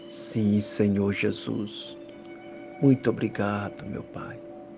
Sim, Senhor Jesus, muito obrigado, meu Pai,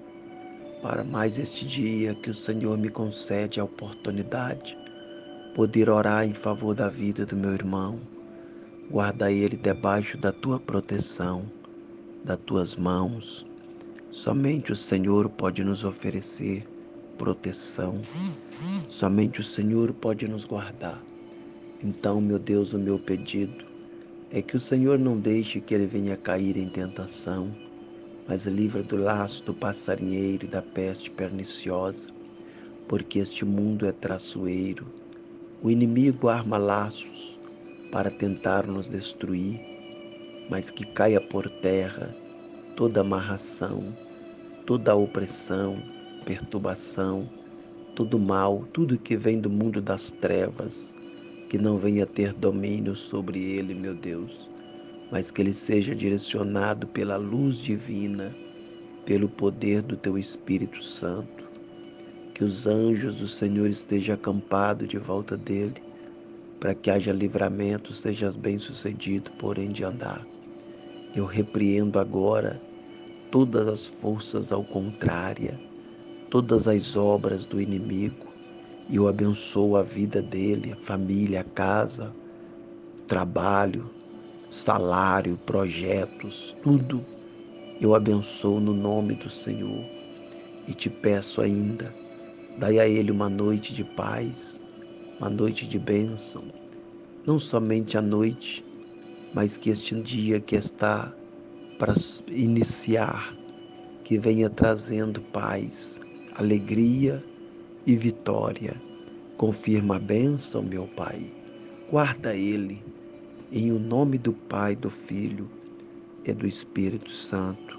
para mais este dia que o Senhor me concede a oportunidade, poder orar em favor da vida do meu irmão. Guarda ele debaixo da tua proteção, das tuas mãos. Somente o Senhor pode nos oferecer proteção. Somente o Senhor pode nos guardar. Então, meu Deus, o meu pedido é que o Senhor não deixe que ele venha cair em tentação, mas livra do laço do passarinheiro e da peste perniciosa, porque este mundo é traiçoeiro. O inimigo arma laços para tentar nos destruir, mas que caia por terra toda amarração, toda opressão, perturbação, todo mal, tudo que vem do mundo das trevas, que não venha ter domínio sobre ele, meu Deus, mas que ele seja direcionado pela luz divina, pelo poder do teu Espírito Santo. Que os anjos do Senhor estejam acampados de volta dele, para que haja livramento, sejas bem-sucedido por onde andar. Eu repreendo agora todas as forças ao contrário, todas as obras do inimigo, e eu abençoo a vida dele, a família, a casa, o trabalho, salário, projetos, tudo. Eu abençoo no nome do Senhor e te peço ainda, dai a ele uma noite de paz, uma noite de bênção, não somente a noite, mas que este dia que está para iniciar, que venha trazendo paz, alegria e vitória. Confirma a bênção, meu Pai. Guarda ele, em o nome do Pai, do Filho e do Espírito Santo.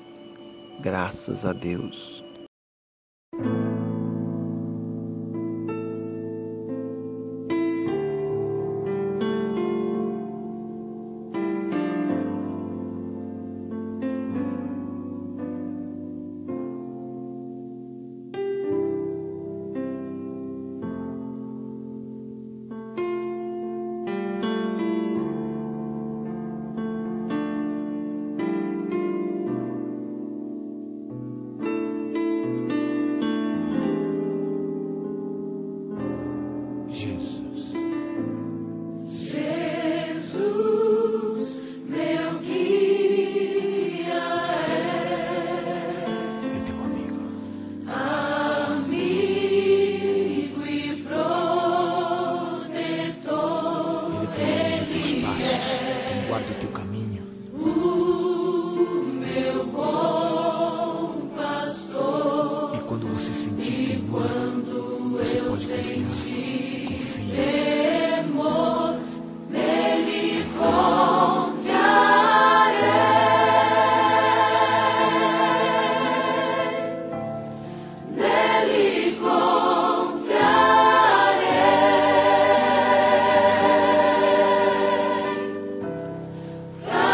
Graças a Deus. Jesus. Jesus, meu guia É teu amigo. amigo e protetor. Ele conhece os teus passos, quem guarda o teu caminho. Meu bom pastor, E quando você sentir temor, você pode confiar. Confia. temor, nele confiarei, nele confiarei.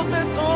protetor.